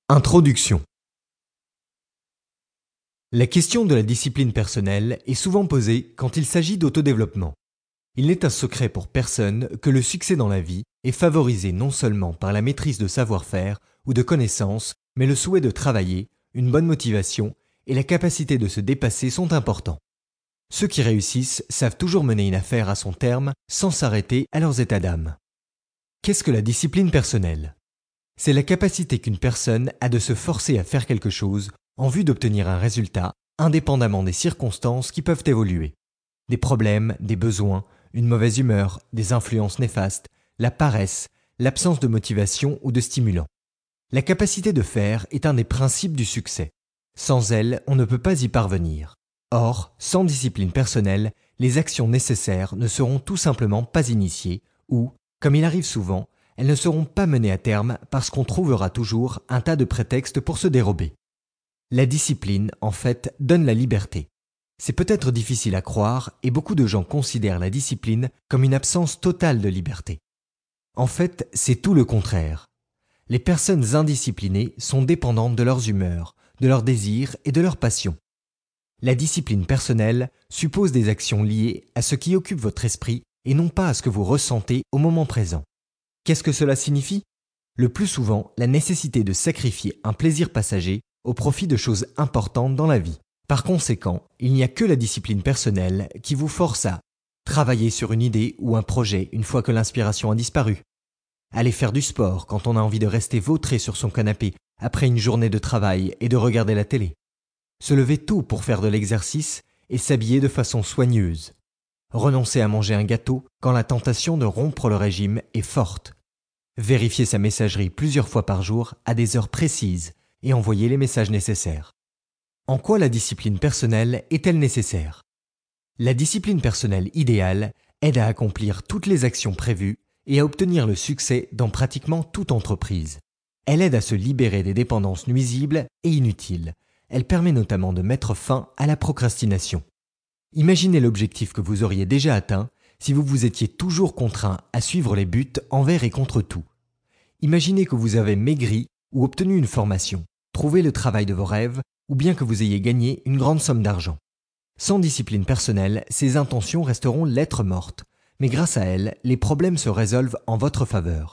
Introduction. La question de la discipline personnelle est souvent posée quand il s'agit d'autodéveloppement. Il n'est un secret pour personne que le succès dans la vie est favorisé non seulement par la maîtrise de savoir-faire ou de connaissances, mais le souhait de travailler, une bonne motivation et la capacité de se dépasser sont importants. Ceux qui réussissent savent toujours mener une affaire à son terme sans s'arrêter à leurs états d'âme. Qu'est-ce que la discipline personnelle ? C'est la capacité qu'une personne a de se forcer à faire quelque chose en vue d'obtenir un résultat, indépendamment des circonstances qui peuvent évoluer. Des problèmes, des besoins, une mauvaise humeur, des influences néfastes, la paresse, l'absence de motivation ou de stimulant. La capacité de faire est un des principes du succès. Sans elle, on ne peut pas y parvenir. Or, sans discipline personnelle, les actions nécessaires ne seront tout simplement pas initiées ou, comme il arrive souvent, elles ne seront pas menées à terme parce qu'on trouvera toujours un tas de prétextes pour se dérober. La discipline, en fait, donne la liberté. C'est peut-être difficile à croire et beaucoup de gens considèrent la discipline comme une absence totale de liberté. En fait, c'est tout le contraire. Les personnes indisciplinées sont dépendantes de leurs humeurs, de leurs désirs et de leurs passions. La discipline personnelle suppose des actions liées à ce qui occupe votre esprit et non pas à ce que vous ressentez au moment présent. Qu'est-ce que cela signifie ? Le plus souvent, la nécessité de sacrifier un plaisir passager au profit de choses importantes dans la vie. Par conséquent, il n'y a que la discipline personnelle qui vous force à travailler sur une idée ou un projet une fois que l'inspiration a disparu, aller faire du sport quand on a envie de rester vautré sur son canapé après une journée de travail et de regarder la télé, se lever tôt pour faire de l'exercice et s'habiller de façon soigneuse, renoncer à manger un gâteau quand la tentation de rompre le régime est forte, vérifier sa messagerie plusieurs fois par jour à des heures précises et envoyer les messages nécessaires. En quoi la discipline personnelle est-elle nécessaire ? La discipline personnelle idéale aide à accomplir toutes les actions prévues et à obtenir le succès dans pratiquement toute entreprise. Elle aide à se libérer des dépendances nuisibles et inutiles. Elle permet notamment de mettre fin à la procrastination. Imaginez l'objectif que vous auriez déjà atteint si vous vous étiez toujours contraint à suivre les buts envers et contre tout. Imaginez que vous avez maigri ou obtenu une formation, trouvé le travail de vos rêves ou bien que vous ayez gagné une grande somme d'argent. Sans discipline personnelle, ces intentions resteront lettres mortes, mais grâce à elles, les problèmes se résolvent en votre faveur.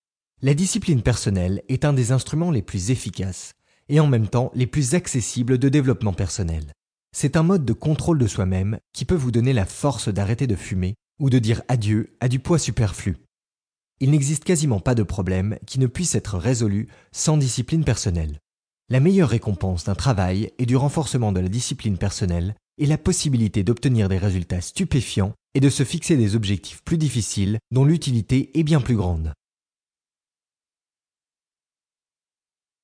La discipline personnelle est un des instruments les plus efficaces et en même temps les plus accessibles de développement personnel. C'est un mode de contrôle de soi-même qui peut vous donner la force d'arrêter de fumer ou de dire adieu à du poids superflu. Il n'existe quasiment pas de problème qui ne puisse être résolu sans discipline personnelle. La meilleure récompense d'un travail et du renforcement de la discipline personnelle est la possibilité d'obtenir des résultats stupéfiants et de se fixer des objectifs plus difficiles dont l'utilité est bien plus grande.